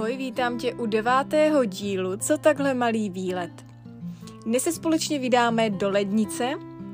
Ahoj, vítám tě u 9. dílu Co takhle malý výlet. Dnes se společně vydáme do Lednice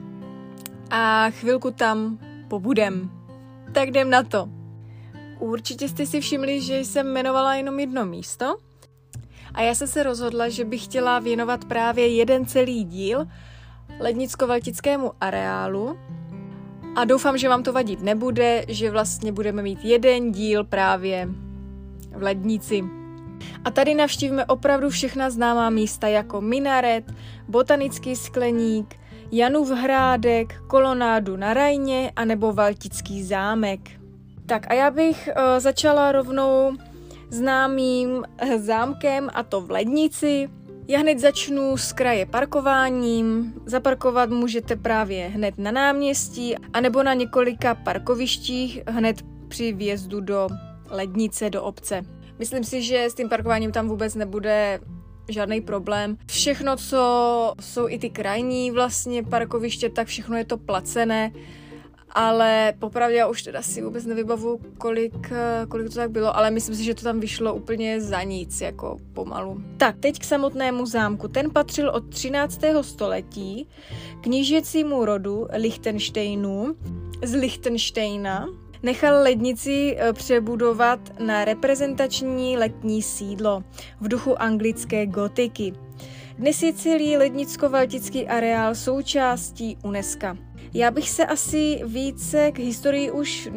a chvilku tam pobudem. Tak jdem na to. Určitě jste si všimli, že jsem jmenovala jenom jedno místo a já jsem se rozhodla, že bych chtěla věnovat právě jeden celý díl lednicko-valtickému areálu a doufám, že vám to vadit nebude, že vlastně budeme mít jeden díl právě v Lednici. A tady navštívíme opravdu všechna známá místa jako minaret, botanický skleník, Janův hrádek, kolonádu na Rajně anebo Valtický zámek. Tak a já bych začala rovnou známým zámkem, a to v Lednici. Já hned začnu z kraje parkováním. Zaparkovat můžete právě hned na náměstí anebo na několika parkovištích hned při vjezdu do Lednice, do obce. Myslím si, že s tím parkováním tam vůbec nebude žádný problém. Všechno, co jsou i ty krajní vlastně parkoviště, tak všechno je to placené, ale popravdě já už teda si vůbec nevybavu, kolik to tak bylo, ale myslím si, že to tam vyšlo úplně za nic, jako pomalu. Tak, teď k samotnému zámku. Ten patřil od 13. století knížecímu rodu Lichtenštejnů z Lichtenštejna. Nechal Lednici přebudovat na reprezentační letní sídlo v duchu anglické gotiky. Dnes je celý lednicko-valtický areál součástí UNESCO. Já bych se asi více k historii už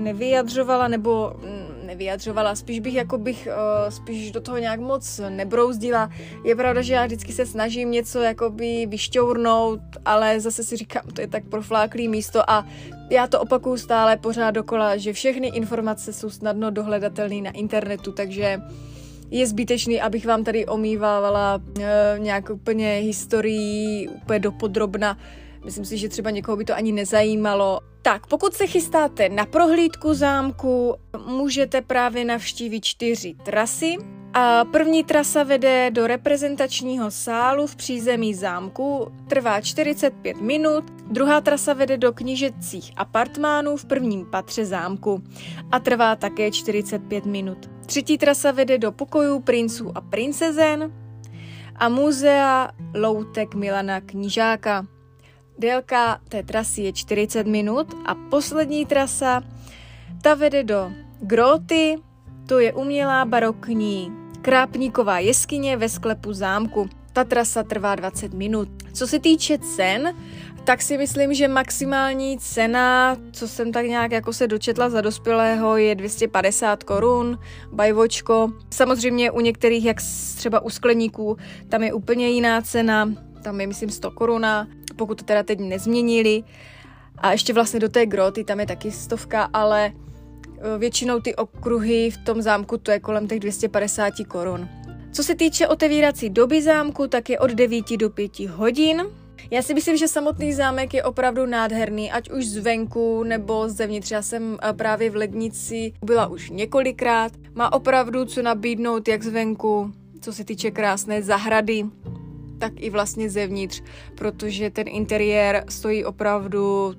nevyjadřovala, spíš do toho nějak moc nebrouzdila. Je pravda, že já vždycky se snažím něco jakoby vyšťournout, ale zase si říkám, to je tak profláklý místo a já to opakuju stále pořád dokola, že všechny informace jsou snadno dohledatelné na internetu, takže je zbytečný, abych vám tady omývávala nějak úplně historii, úplně dopodrobna. Myslím si, že třeba někoho by to ani nezajímalo. Tak, pokud se chystáte na prohlídku zámku, můžete právě navštívit 4 trasy. A první trasa vede do reprezentačního sálu v přízemí zámku, trvá 45 minut. Druhá trasa vede do knížecích apartmánů v prvním patře zámku a trvá také 45 minut. Třetí trasa vede do pokojů princů a princezen a muzea loutek Milana Knížáka. Délka té trasy je 40 minut a poslední trasa, ta vede do Gróty, to je umělá barokní krápníková jeskyně ve sklepu zámku. Ta trasa trvá 20 minut. Co se týče cen, tak si myslím, že maximální cena, co jsem tak nějak jako se dočetla za dospělého, je 250 korun, bajvočko. Samozřejmě u některých, jak třeba u skleníků, tam je úplně jiná cena, tam je myslím 100 koruna, pokud to teda teď nezměnili. A ještě vlastně do té Gróty, tam je taky 100, ale většinou ty okruhy v tom zámku to je kolem těch 250 korun. Co se týče otevírací doby zámku, tak je od 9 do 5 hodin. Já si myslím, že samotný zámek je opravdu nádherný, ať už zvenku nebo zevnitř. Já jsem právě v Lednici byla už několikrát. Má opravdu co nabídnout jak zvenku, co se týče krásné zahrady, tak i vlastně zevnitř, protože ten interiér stojí opravdu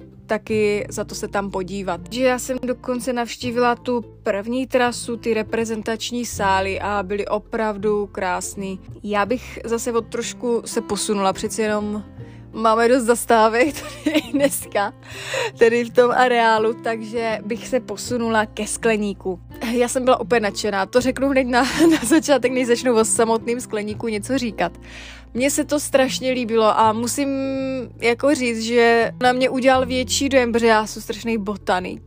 taky za to se tam podívat. Že já jsem dokonce navštívila tu první trasu, ty reprezentační sály a byly opravdu krásný. Já bych zase od trošku se posunula, přeci jenom máme dost zastávek tady dneska, tedy v tom areálu, takže bych se posunula ke skleníku. Já jsem byla úplně nadšená, to řeknu hned na začátek, než začnu o samotným skleníku něco říkat. Mně se to strašně líbilo a musím jako říct, že na mě udělal větší dojem, protože já jsem strašný botanik.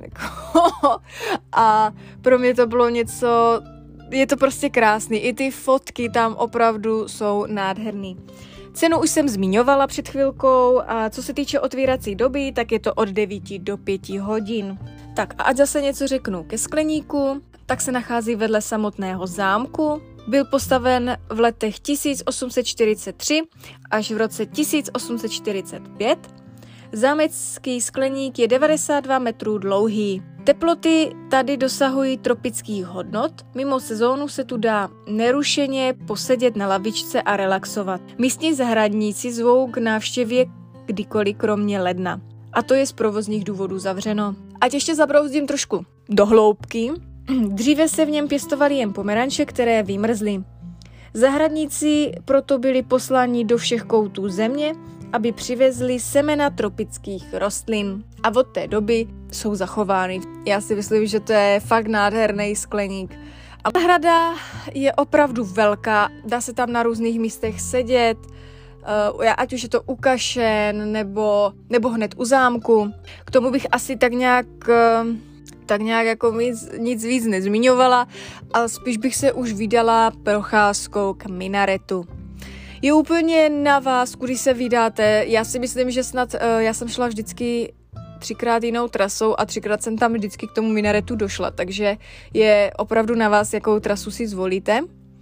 A pro mě to bylo něco, je to prostě krásný, i ty fotky tam opravdu jsou nádherný. Cenu už jsem zmiňovala před chvilkou a co se týče otvírací doby, tak je to od 9 do 5 hodin. Tak a ať zase něco řeknu ke skleníku, tak se nachází vedle samotného zámku. Byl postaven v letech 1843 až v roce 1845. Zámecký skleník je 92 metrů dlouhý. Teploty tady dosahují tropických hodnot, mimo sezónu se tu dá nerušeně posedět na lavičce a relaxovat. Místní zahradníci zvou k návštěvě kdykoliv kromě ledna. A to je z provozních důvodů zavřeno. Ať ještě zabrouzdím trošku do hloubky, Dříve se v něm pěstovaly jen pomeranče, které vymrzly. Zahradníci proto byli posláni do všech koutů země, aby přivezli semena tropických rostlin. A od té doby jsou zachovány. Já si myslím, že to je fakt nádherný skleník. A zahrada je opravdu velká, dá se tam na různých místech sedět, ať už je to u kašen, nebo hned u zámku. K tomu bych asi tak nějak jako nic víc nezmiňovala, ale spíš bych se už vydala procházkou k minaretu. Je úplně na vás, kudy se vydáte. Já si myslím, že snad já jsem šla vždycky 3krát jinou trasou a 3krát jsem tam vždycky k tomu minaretu došla, takže je opravdu na vás, jakou trasu si zvolíte.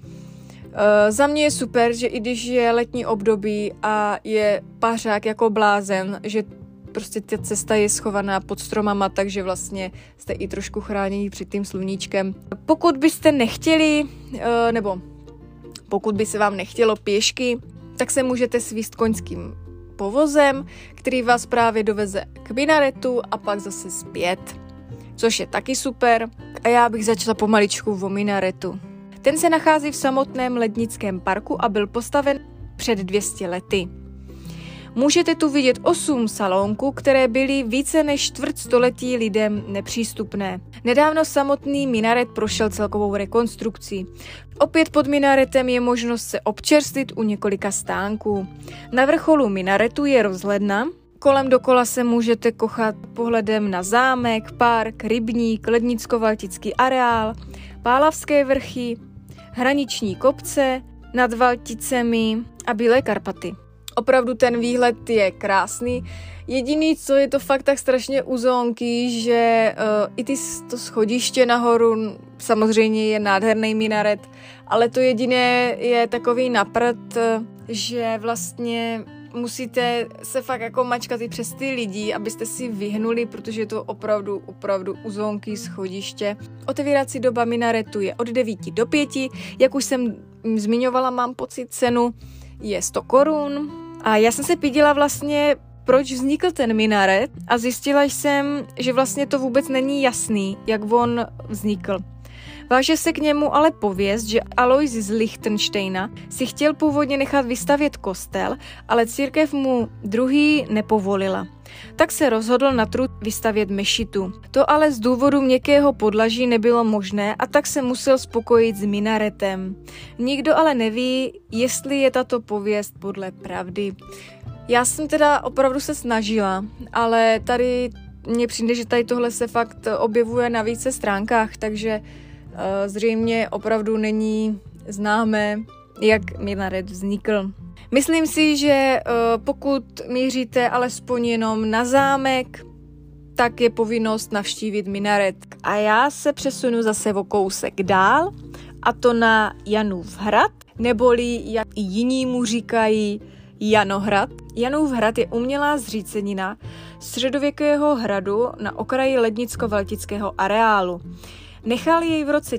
Za mě je super, že i když je letní období a je pařák jako blázen, že prostě ta cesta je schovaná pod stromama, takže vlastně jste i trošku chráněni před tím sluníčkem. Pokud byste nechtěli, nebo pokud by se vám nechtělo pěšky, tak se můžete svízt koňským povozem, který vás právě doveze k minaretu a pak zase zpět, což je taky super. A já bych začala pomaličku o minaretu. Ten se nachází v samotném lednickém parku a byl postaven před 200 lety. Můžete tu vidět 8 salónků, které byly více než čtvrtstoletí lidem nepřístupné. Nedávno samotný minaret prošel celkovou rekonstrukcí. Opět pod minaretem je možnost se občerstvit u několika stánků. Na vrcholu minaretu je rozhledna. Kolem dokola se můžete kochat pohledem na zámek, park, rybník, lednicko-valtický areál, Pálavské vrchy, hraniční kopce, nad Valticemi a Bílé Karpaty. Opravdu ten výhled je krásný. Jediný, co je to fakt tak strašně uzónky, že i to schodiště nahoru samozřejmě je nádherný minaret, ale to jediné je takový naprt, že vlastně musíte se fakt jako mačkat i přes ty lidi, abyste si vyhnuli, protože je to opravdu uzónky schodiště. Otevírací doba minaretu je od 9 do 5, jak už jsem zmiňovala, mám pocit cenu je 100 korun. A já jsem se pídila vlastně, proč vznikl ten minaret a zjistila jsem, že vlastně to vůbec není jasný, jak on vznikl. Váže se k němu ale pověst, že Alois z Lichtensteina si chtěl původně nechat vystavět kostel, ale církev mu druhý nepovolila. Tak se rozhodl na trud vystavět mešitu. To ale z důvodu měkkého podlaží nebylo možné a tak se musel spokojit s minaretem. Nikdo ale neví, jestli je tato pověst podle pravdy. Já jsem teda opravdu se snažila, ale tady mně přijde, že tady tohle se fakt objevuje na více stránkách, takže zřejmě opravdu není známé, jak minaret vznikl. Myslím si, že pokud míříte alespoň jenom na zámek, tak je povinnost navštívit minaret. A já se přesunu zase o kousek dál, a to na Janův hrad, neboli jak i jiní mu říkají Janohrad. Janův hrad je umělá zřícenina středověkého hradu na okraji lednicko-valtického areálu. Nechal jej v roce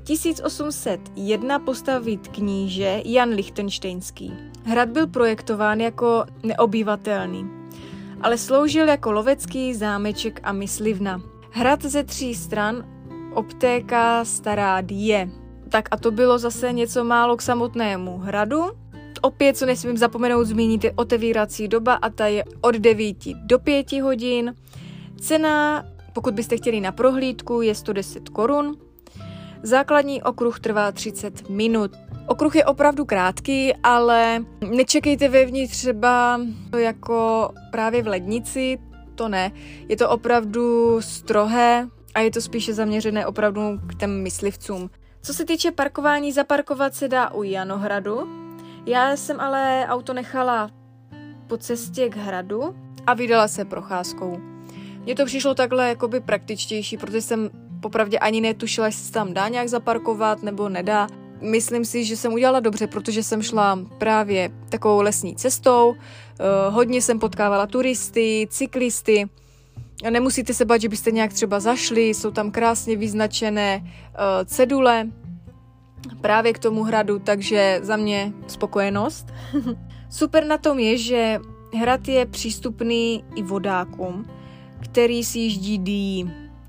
1801 postavit kníže Jan Lichtenštejnský. Hrad byl projektován jako neobyvatelný, ale sloužil jako lovecký zámeček a myslivna. Hrad ze 3 stran obtéká Stará Dyje. Tak a to bylo zase něco málo k samotnému hradu. Opět, co nesmím zapomenout zmínit, je otevírací doba a ta je od 9 do 5 hodin. Cena, pokud byste chtěli na prohlídku, je 110 korun. Základní okruh trvá 30 minut. Okruh je opravdu krátký, ale nečekejte vevnitř třeba jako právě v lednici, to ne. Je to opravdu strohé a je to spíše zaměřené opravdu k těm myslivcům. Co se týče parkování, zaparkovat se dá u Janohradu. Já jsem ale auto nechala po cestě k hradu a vydala se procházkou. Mně to přišlo takhle jakoby praktičtější, protože jsem popravdě ani netušila, jestli se tam dá nějak zaparkovat nebo nedá. Myslím si, že jsem udělala dobře, protože jsem šla právě takovou lesní cestou. Hodně jsem potkávala turisty, cyklisty. Nemusíte se bát, že byste nějak třeba zašli, jsou tam krásně vyznačené cedule právě k tomu hradu, takže za mě spokojenost. Super na tom je, že hrad je přístupný i vodákům, který si jíždí Dyjí.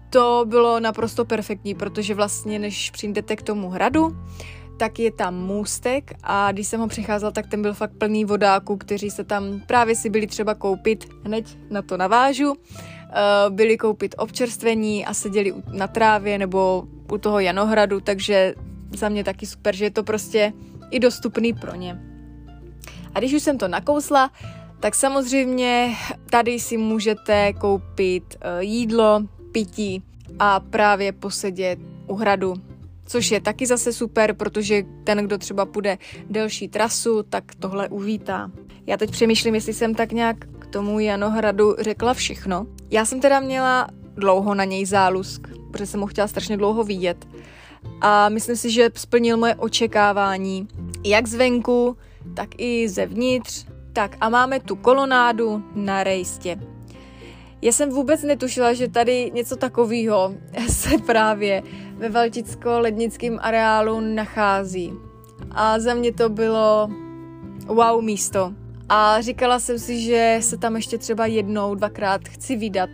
to bylo naprosto perfektní, protože vlastně než přijdete k tomu hradu, tak je tam můstek a když jsem ho přecházela, tak ten byl fakt plný vodáků, kteří se tam právě si byli třeba koupit, hned na to navážu, byli koupit občerstvení a seděli na trávě nebo u toho Janohradu, takže za mě taky super, že je to prostě i dostupný pro ně. A když už jsem to nakousla, tak samozřejmě tady si můžete koupit jídlo, pití a právě posedět u hradu, což je taky zase super, protože ten, kdo třeba půjde delší trasu, tak tohle uvítá. Já teď přemýšlím, jestli jsem tak nějak k tomu Janohradu řekla všechno. Já jsem teda měla dlouho na něj zálusk, protože jsem ho chtěla strašně dlouho vidět. A myslím si, že splnil moje očekávání, jak zvenku, tak i zevnitř. Tak a máme tu kolonádu na Rejstě. Já jsem vůbec netušila, že tady něco takového se právě ve Valticko-lednickém areálu nachází. A za mě to bylo wow místo. A říkala jsem si, že se tam ještě třeba jednou, dvakrát chci vydat.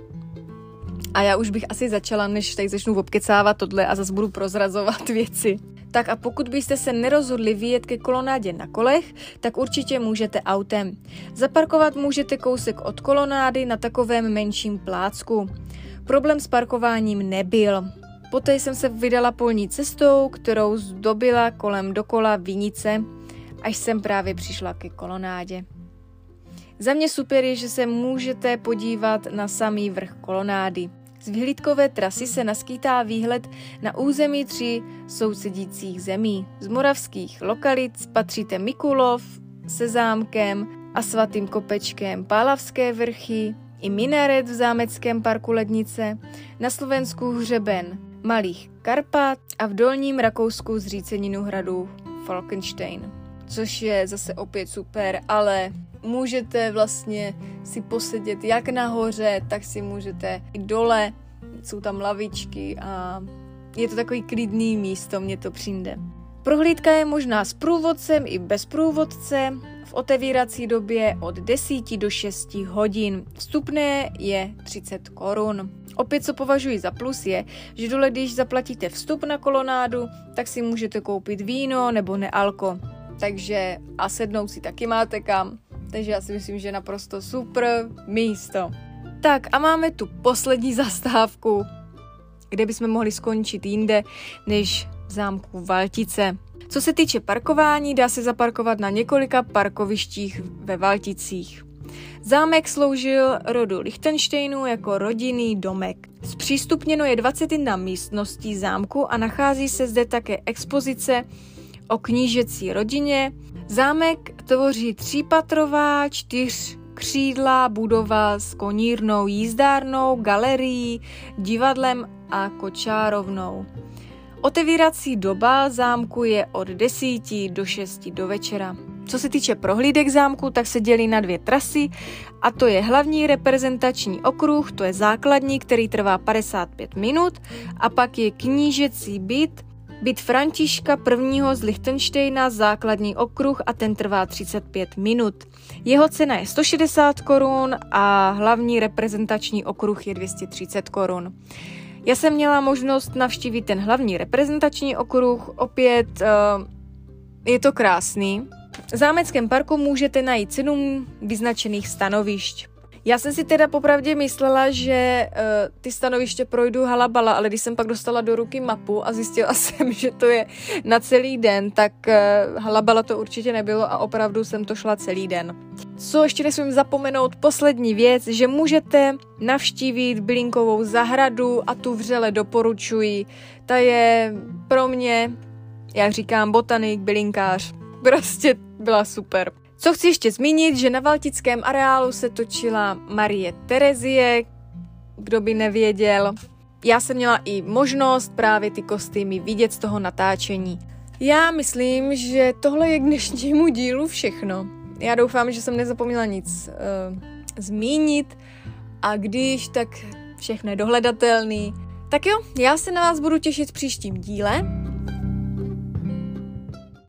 A já už bych asi začala, než tady začnu obkecávat tohle a zase budu prozrazovat věci. Tak a pokud byste se nerozhodli vyjet ke kolonádě na kolech, tak určitě můžete autem. Zaparkovat můžete kousek od kolonády na takovém menším plácku. Problém s parkováním nebyl. Poté jsem se vydala polní cestou, kterou zdobila kolem dokola vinice, až jsem právě přišla ke kolonádě. Za mě super je, že se můžete podívat na samý vrch kolonády. Z vyhlídkové trasy se naskýtá výhled na území 3 sousedících zemí. Z moravských lokalit patříte Mikulov se zámkem a svatým kopečkem Pálavské vrchy, i minaret v zámeckém parku Lednice, na Slovensku hřeben Malých Karpat a v dolním Rakousku zříceninu hradu Falkenstein, což je zase opět super, ale můžete vlastně si posedět jak nahoře, tak si můžete i dole, jsou tam lavičky a je to takový klidný místo, mně to přijde. Prohlídka je možná s průvodcem i bez průvodce v otevírací době od 10 do 6 hodin. Vstupné je 30 korun. Opět, co považuji za plus je, že dole, když zaplatíte vstup na kolonádu, tak si můžete koupit víno nebo nealko. Takže a sednout si taky máte kam. Takže já si myslím, že naprosto super místo. Tak a máme tu poslední zastávku, kde bychom mohli skončit jinde, než v zámku Valtice. Co se týče parkování, dá se zaparkovat na několika parkovištích ve Valticích. Zámek sloužil rodu Lichtenštejnů jako rodinný domek. Zpřístupněno je 21 místností zámku a nachází se zde také expozice o knížecí rodině. Zámek tvoří 3patrová 4křídlá budova s konírnou, jízdárnou, galerií, divadlem a kočárovnou. Otevírací doba zámku je od 10 do 6 do večera. Co se týče prohlídek zámku, tak se dělí na 2 trasy a to je hlavní reprezentační okruh, to je základní, který trvá 55 minut a pak je knížecí byt Františka I. z Lichtenštejna, základní okruh a ten trvá 35 minut. Jeho cena je 160 korun a hlavní reprezentační okruh je 230 korun. Já jsem měla možnost navštívit ten hlavní reprezentační okruh, opět je to krásný. V zámeckém parku můžete najít 7 vyznačených stanovišť. Já jsem si teda popravdě myslela, že ty stanoviště projdu halabala, ale když jsem pak dostala do ruky mapu a zjistila jsem, že to je na celý den, tak halabala to určitě nebylo a opravdu jsem to šla celý den. Co ještě nesmím zapomenout, poslední věc, že můžete navštívit bylinkovou zahradu a tu vřele doporučuji. Ta je pro mě, jak říkám, botanik, bylinkář, prostě byla super. Co chci ještě zmínit, že na Valtickém areálu se točila Marie Terezie, kdo by nevěděl. Já jsem měla i možnost právě ty kostýmy vidět z toho natáčení. Já myslím, že tohle je k dnešnímu dílu všechno. Já doufám, že jsem nezapomněla nic zmínit a když, tak všechno je dohledatelný. Tak jo, já se na vás budu těšit v příštím díle.